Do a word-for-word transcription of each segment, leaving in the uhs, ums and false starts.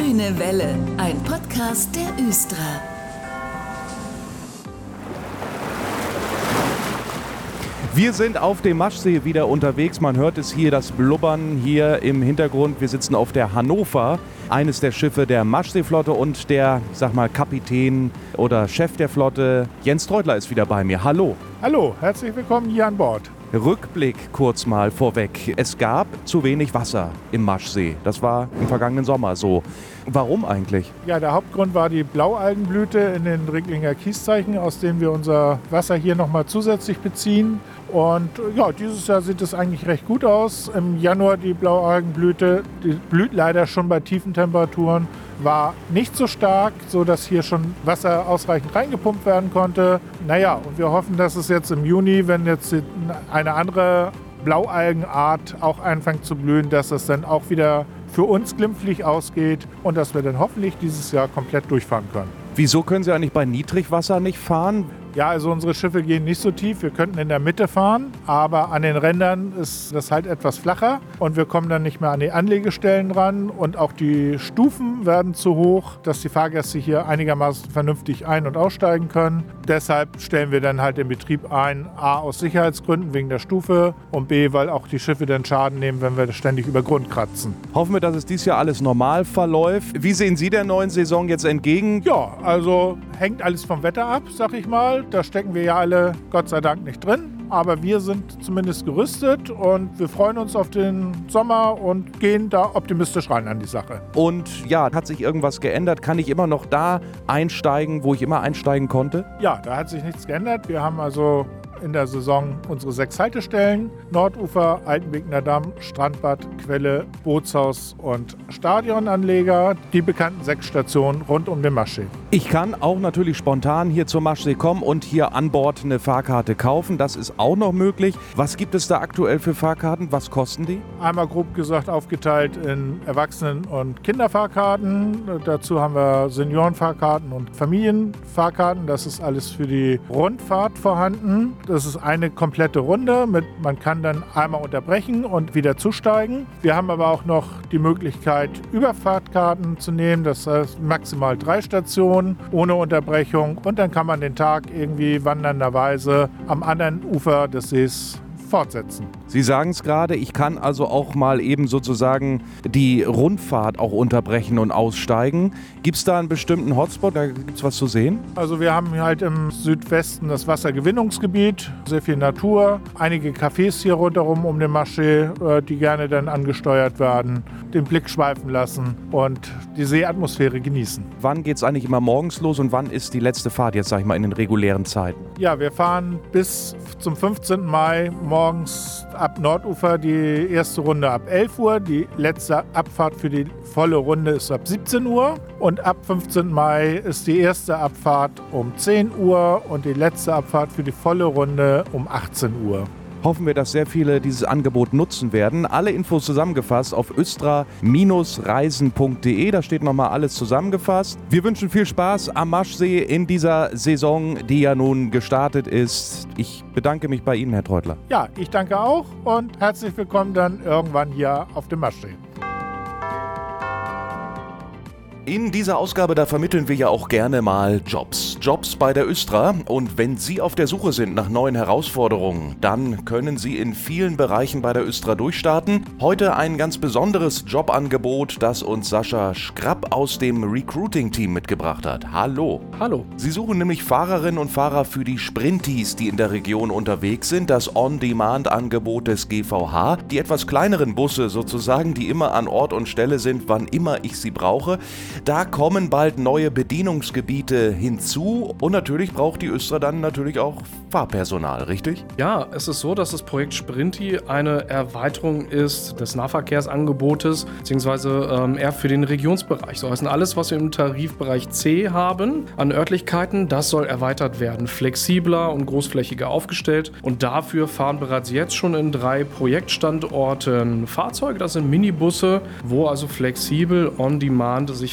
Grüne Welle, ein Podcast der Östra. Wir sind auf dem Maschsee wieder unterwegs. Man hört es hier, das Blubbern hier im Hintergrund. Wir sitzen auf der Hannover, eines der Schiffe der Maschseeflotte, und der, ich sag mal, Kapitän oder Chef der Flotte, Jens Treutler, ist wieder bei mir. Hallo. Hallo, herzlich willkommen hier an Bord. Rückblick kurz mal vorweg. Es gab zu wenig Wasser im Maschsee. Das war im vergangenen Sommer so. Warum eigentlich? Ja, der Hauptgrund war die Blaualgenblüte in den Ricklinger Kieszeichen, aus denen wir unser Wasser hier nochmal zusätzlich beziehen. Und ja, dieses Jahr sieht es eigentlich recht gut aus. Im Januar die Blaualgenblüte, die blüht leider schon bei tiefen Temperaturen, war nicht so stark, sodass hier schon Wasser ausreichend reingepumpt werden konnte. Naja, und wir hoffen, dass es jetzt im Juni, wenn jetzt eine andere Blaualgenart auch anfängt zu blühen, dass es dann auch wieder für uns glimpflich ausgeht und dass wir dann hoffentlich dieses Jahr komplett durchfahren können. Wieso können Sie eigentlich bei Niedrigwasser nicht fahren? Ja, also unsere Schiffe gehen nicht so tief. Wir könnten in der Mitte fahren, aber an den Rändern ist das halt etwas flacher und wir kommen dann nicht mehr an die Anlegestellen ran und auch die Stufen werden zu hoch, dass die Fahrgäste hier einigermaßen vernünftig ein- und aussteigen können. Deshalb stellen wir dann halt den Betrieb ein, A, aus Sicherheitsgründen wegen der Stufe und B, weil auch die Schiffe dann Schaden nehmen, wenn wir das ständig über Grund kratzen. Hoffen wir, dass es dieses Jahr alles normal verläuft. Wie sehen Sie der neuen Saison jetzt entgegen? Ja, also hängt alles vom Wetter ab, sag ich mal. Da stecken wir ja alle Gott sei Dank nicht drin. Aber wir sind zumindest gerüstet und wir freuen uns auf den Sommer und gehen da optimistisch rein an die Sache. Und ja, hat sich irgendwas geändert? Kann ich immer noch da einsteigen, wo ich immer einsteigen konnte? Ja, da hat sich nichts geändert. Wir haben also in der Saison unsere sechs Haltestellen: Nordufer, Altenbekener Damm, Strandbad, Quelle, Bootshaus und Stadionanleger. Die bekannten sechs Stationen rund um den Maschsee. Ich kann auch natürlich spontan hier zum Maschsee kommen und hier an Bord eine Fahrkarte kaufen. Das ist auch noch möglich. Was gibt es da aktuell für Fahrkarten? Was kosten die? Einmal grob gesagt aufgeteilt in Erwachsenen- und Kinderfahrkarten. Dazu haben wir Seniorenfahrkarten und Familienfahrkarten. Das ist alles für die Rundfahrt vorhanden. Das ist eine komplette Runde. Mit, man kann dann einmal unterbrechen und wieder zusteigen. Wir haben aber auch noch die Möglichkeit, Überfahrtkarten zu nehmen. Das heißt maximal drei Stationen ohne Unterbrechung. Und dann kann man den Tag irgendwie wandernderweise am anderen Ufer des Sees fortsetzen. Sie sagen es gerade, ich kann also auch mal eben sozusagen die Rundfahrt auch unterbrechen und aussteigen. Gibt es da einen bestimmten Hotspot? Da gibt es was zu sehen? Also wir haben halt im Südwesten das Wassergewinnungsgebiet, sehr viel Natur, einige Cafés hier rundherum um den Maschsee, die gerne dann angesteuert werden, den Blick schweifen lassen und die Seeatmosphäre genießen. Wann geht es eigentlich immer morgens los und wann ist die letzte Fahrt jetzt, sag ich mal, in den regulären Zeiten? Ja, wir fahren bis zum fünfzehnten Mai morgens ab Nordufer die erste Runde ab elf Uhr. Die letzte Abfahrt für die volle Runde ist ab siebzehn Uhr. Und ab fünfzehnten Mai ist die erste Abfahrt um zehn Uhr und die letzte Abfahrt für die volle Runde um achtzehn Uhr. Hoffen wir, dass sehr viele dieses Angebot nutzen werden. Alle Infos zusammengefasst auf östra Reisen punkt de. Da steht nochmal alles zusammengefasst. Wir wünschen viel Spaß am Maschsee in dieser Saison, die ja nun gestartet ist. Ich bedanke mich bei Ihnen, Herr Treutler. Ja, ich danke auch und herzlich willkommen dann irgendwann hier auf dem Maschsee. In dieser Ausgabe, da vermitteln wir ja auch gerne mal Jobs. Jobs bei der Östra. Und wenn Sie auf der Suche sind nach neuen Herausforderungen, dann können Sie in vielen Bereichen bei der Östra durchstarten. Heute ein ganz besonderes Jobangebot, das uns Sascha Schrapp aus dem Recruiting-Team mitgebracht hat. Hallo. Hallo. Sie suchen nämlich Fahrerinnen und Fahrer für die Sprinties, die in der Region unterwegs sind. Das On-Demand-Angebot des G V H. Die etwas kleineren Busse sozusagen, die immer an Ort und Stelle sind, wann immer ich sie brauche. Da kommen bald neue Bedienungsgebiete hinzu und natürlich braucht die Östra dann natürlich auch Fahrpersonal, richtig? Ja, es ist so, dass das Projekt Sprinti eine Erweiterung ist des Nahverkehrsangebotes, beziehungsweise ähm, eher für den Regionsbereich. So heißt alles, was wir im Tarifbereich C haben an Örtlichkeiten, das soll erweitert werden, flexibler und großflächiger aufgestellt. Und dafür fahren bereits jetzt schon in drei Projektstandorten Fahrzeuge, das sind Minibusse, wo also flexibel on demand sich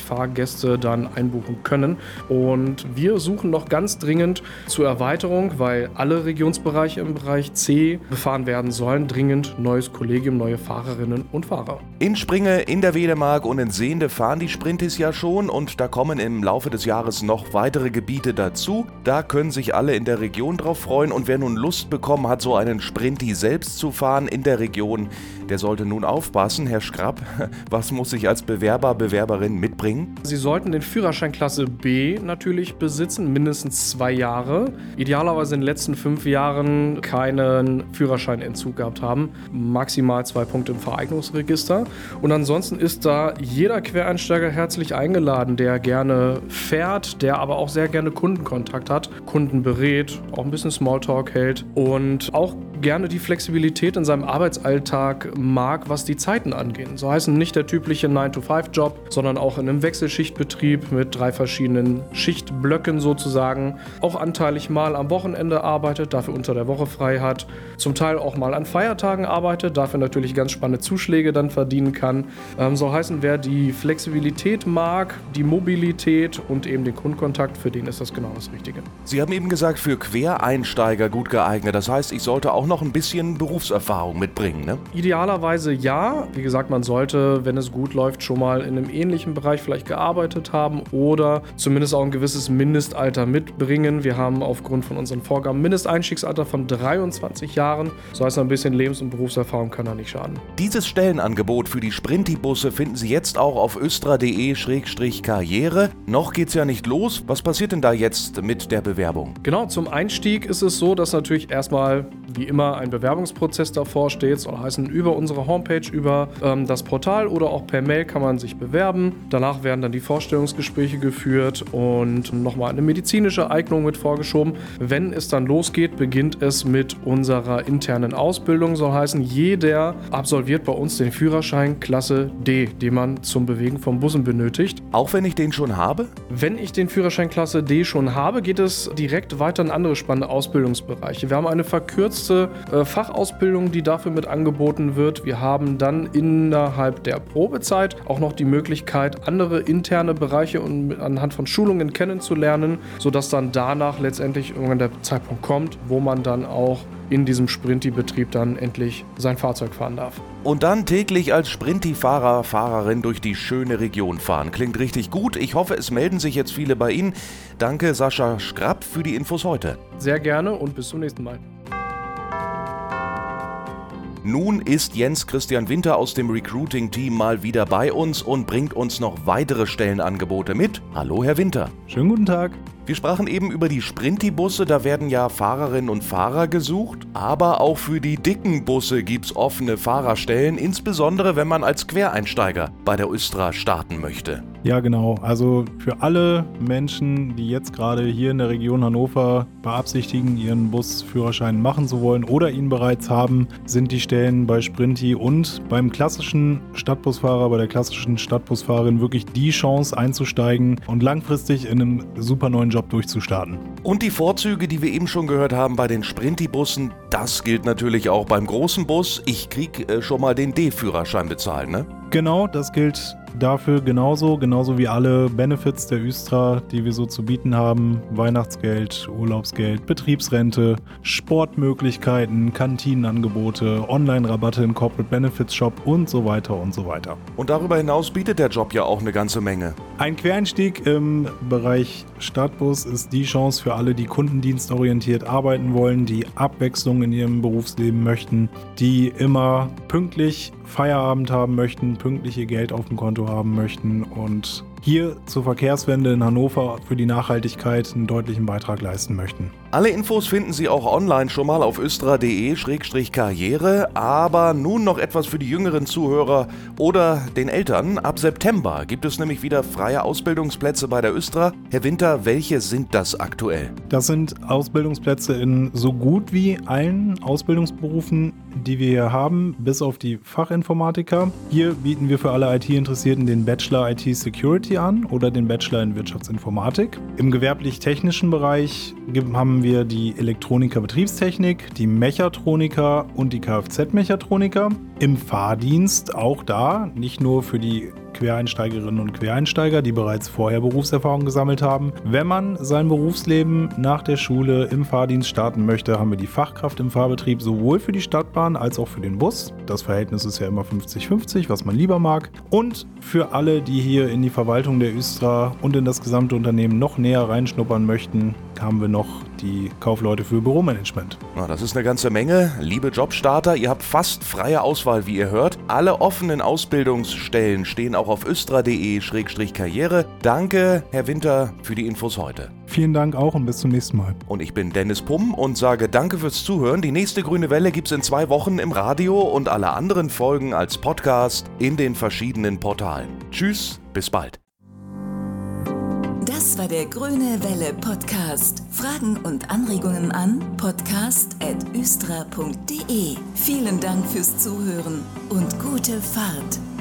Fahrgäste dann einbuchen können. Und wir suchen noch ganz dringend zur Erweiterung, weil alle Regionsbereiche im Bereich C befahren werden sollen, dringend neues Kollegium, neue Fahrerinnen und Fahrer. In Springe, in der Wedemark und in Sehnde fahren die Sprintis ja schon und da kommen im Laufe des Jahres noch weitere Gebiete dazu. Da können sich alle in der Region drauf freuen und wer nun Lust bekommen hat, so einen Sprinti selbst zu fahren in der Region, der sollte nun aufpassen. Herr Schrapp, was muss ich als Bewerber, Bewerberin mitbringen? Sie sollten den Führerschein Klasse B natürlich besitzen, mindestens zwei Jahre. Idealerweise in den letzten fünf Jahren keinen Führerscheinentzug gehabt haben. Maximal zwei Punkte im Vereignungsregister. Und ansonsten ist da jeder Quereinsteiger herzlich eingeladen, der gerne fährt, der aber auch sehr gerne Kundenkontakt hat, Kunden berät, auch ein bisschen Smalltalk hält und auch gerne die Flexibilität in seinem Arbeitsalltag mag, was die Zeiten angeht. So heißen nicht der typische nine to five Job, sondern auch in einem Wechselschichtbetrieb mit drei verschiedenen Schichtblöcken sozusagen. Auch anteilig mal am Wochenende arbeitet, dafür unter der Woche frei hat. Zum Teil auch mal an Feiertagen arbeitet, dafür natürlich ganz spannende Zuschläge dann verdienen kann. Ähm, so heißen, wer die Flexibilität mag, die Mobilität und eben den Kundenkontakt, für den ist das genau das Richtige. Sie haben eben gesagt, für Quereinsteiger gut geeignet. Das heißt, ich sollte auch noch ein bisschen Berufserfahrung mitbringen, ne? Idealerweise ja. Wie gesagt, man sollte, wenn es gut läuft, schon mal in einem ähnlichen Bereich vielleicht gearbeitet haben oder zumindest auch ein gewisses Mindestalter mitbringen. Wir haben aufgrund von unseren Vorgaben ein Mindesteinstiegsalter von dreiundzwanzig Jahren. So heißt, ein bisschen Lebens- und Berufserfahrung kann da nicht schaden. Dieses Stellenangebot für die Sprinti-Busse finden Sie jetzt auch auf östra punkt de Schrägstrich karriere. Noch geht's ja nicht los. Was passiert denn da jetzt mit der Bewerbung? Genau, zum Einstieg ist es so, dass natürlich erstmal wie immer ein Bewerbungsprozess davor steht. Soll heißen, über unsere Homepage, über ähm, das Portal oder auch per Mail kann man sich bewerben. Danach werden dann die Vorstellungsgespräche geführt und nochmal eine medizinische Eignung mit vorgeschoben. Wenn es dann losgeht, beginnt es mit unserer internen Ausbildung. Soll heißen, jeder absolviert bei uns den Führerschein Klasse D, den man zum Bewegen von Bussen benötigt. Auch wenn ich den schon habe? Wenn ich den Führerschein Klasse D schon habe, geht es direkt weiter in andere spannende Ausbildungsbereiche. Wir haben eine verkürzte äh, Fachausbildung, die dafür mit angeboten wird. Wir haben dann innerhalb der Probezeit auch noch die Möglichkeit, andere interne Bereiche und anhand von Schulungen kennenzulernen, sodass dann danach letztendlich irgendwann der Zeitpunkt kommt, wo man dann auch in diesem Sprinti-Betrieb dann endlich sein Fahrzeug fahren darf. Und dann täglich als Sprinti-Fahrer, Fahrerin durch die schöne Region fahren. Klingt richtig gut. Ich hoffe, es melden sich jetzt viele bei Ihnen. Danke, Sascha Schrapp, für die Infos heute. Sehr gerne und bis zum nächsten Mal. Nun ist Jens Christian Winter aus dem Recruiting-Team mal wieder bei uns und bringt uns noch weitere Stellenangebote mit. Hallo, Herr Winter. Schönen guten Tag. Wir sprachen eben über die Sprinti-Busse, da werden ja Fahrerinnen und Fahrer gesucht, aber auch für die dicken Busse gibt's offene Fahrerstellen, insbesondere wenn man als Quereinsteiger bei der Östra starten möchte. Ja, genau. Also für alle Menschen, die jetzt gerade hier in der Region Hannover beabsichtigen, ihren Busführerschein machen zu wollen oder ihn bereits haben, sind die Stellen bei Sprinti und beim klassischen Stadtbusfahrer, bei der klassischen Stadtbusfahrerin wirklich die Chance einzusteigen und langfristig in einem super neuen Job durchzustarten. Und die Vorzüge, die wir eben schon gehört haben bei den Sprinti-Bussen, das gilt natürlich auch beim großen Bus. Ich krieg äh, schon mal den D-Führerschein bezahlt, ne? Genau, das gilt dafür genauso, genauso wie alle Benefits der Östra, die wir so zu bieten haben. Weihnachtsgeld, Urlaubsgeld, Betriebsrente, Sportmöglichkeiten, Kantinenangebote, Online-Rabatte im Corporate Benefits Shop und so weiter und so weiter. Und darüber hinaus bietet der Job ja auch eine ganze Menge. Ein Quereinstieg im Bereich Stadtbus ist die Chance für alle, die kundendienstorientiert arbeiten wollen, die Abwechslung in ihrem Berufsleben möchten, die immer pünktlich Feierabend haben möchten, pünktlich ihr Geld auf dem Konto haben möchten und hier zur Verkehrswende in Hannover für die Nachhaltigkeit einen deutlichen Beitrag leisten möchten. Alle Infos finden Sie auch online schon mal auf östra punkt de Schrägstrich karriere, aber nun noch etwas für die jüngeren Zuhörer oder den Eltern. Ab September gibt es nämlich wieder freie Ausbildungsplätze bei der Östra. Herr Winter, welche sind das aktuell? Das sind Ausbildungsplätze in so gut wie allen Ausbildungsberufen, die wir hier haben, bis auf die Fachinformatiker. Hier bieten wir für alle I T-Interessierten den Bachelor I T Security an oder den Bachelor in Wirtschaftsinformatik. Im gewerblich-technischen Bereich haben wir die Elektroniker-Betriebstechnik, die Mechatroniker und die Kfz-Mechatroniker. Im Fahrdienst auch da, nicht nur für die Quereinsteigerinnen und Quereinsteiger, die bereits vorher Berufserfahrung gesammelt haben. Wenn man sein Berufsleben nach der Schule im Fahrdienst starten möchte, haben wir die Fachkraft im Fahrbetrieb sowohl für die Stadtbahn als auch für den Bus. Das Verhältnis ist ja immer fünfzig fünfzig, was man lieber mag. Und für alle, die hier in die Verwaltung der Östra und in das gesamte Unternehmen noch näher reinschnuppern möchten, haben wir noch die Kaufleute für Büromanagement. Na, das ist eine ganze Menge. Liebe Jobstarter, ihr habt fast freie Auswahl, wie ihr hört. Alle offenen Ausbildungsstellen stehen auch auf östra punkt de Schrägstrich karriere. Danke, Herr Winter, für die Infos heute. Vielen Dank auch und bis zum nächsten Mal. Und ich bin Dennis Pumm und sage danke fürs Zuhören. Die nächste Grüne Welle gibt's in zwei Wochen im Radio und alle anderen Folgen als Podcast in den verschiedenen Portalen. Tschüss, bis bald. Das war der Grüne Welle Podcast. Fragen und Anregungen an podcast at östra punkt de. Vielen Dank fürs Zuhören und gute Fahrt.